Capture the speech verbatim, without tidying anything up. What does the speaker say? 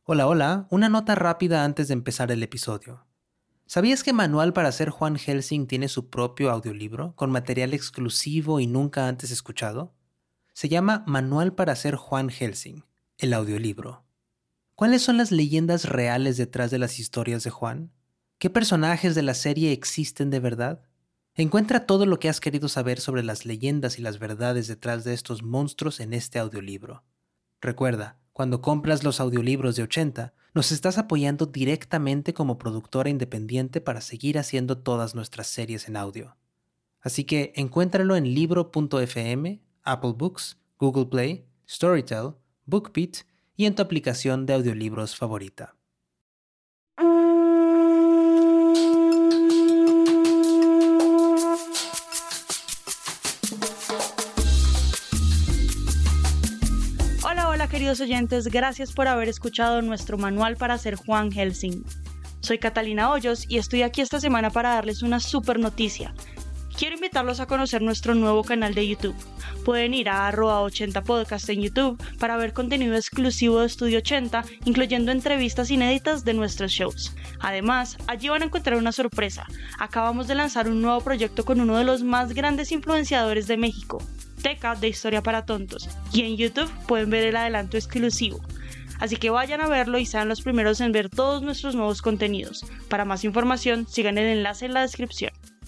Hola, hola, una nota rápida antes de empezar el episodio. ¿Sabías que Manual para ser Juan Helsing tiene su propio audiolibro con material exclusivo y nunca antes escuchado? Se llama Manual para ser Juan Helsing, el audiolibro. ¿Cuáles son las leyendas reales detrás de las historias de Juan? ¿Qué personajes de la serie existen de verdad? Encuentra todo lo que has querido saber sobre las leyendas y las verdades detrás de estos monstruos en este audiolibro. Recuerda, cuando compras los audiolibros de ochenta, nos estás apoyando directamente como productora independiente para seguir haciendo todas nuestras series en audio. Así que encuéntralo en libro punto f m, Apple Books, Google Play, Storytel, BookBeat y en tu aplicación de audiolibros favorita. Hola queridos oyentes, gracias por haber escuchado nuestro manual para ser Juan Helsing. Soy Catalina Hoyos y estoy aquí esta semana para darles una super noticia. Quiero invitarlos a conocer nuestro nuevo canal de YouTube. Pueden ir a arroba ochenta podcast en YouTube para ver contenido exclusivo de Estudio ochenta, incluyendo entrevistas inéditas de nuestros shows. Además, allí van a encontrar una sorpresa. Acabamos de lanzar un nuevo proyecto con uno de los más grandes influenciadores de México, Teca de Historia para Tontos, y en YouTube pueden ver el adelanto exclusivo. Así que vayan a verlo y sean los primeros en ver todos nuestros nuevos contenidos. Para más información, sigan el enlace en la descripción.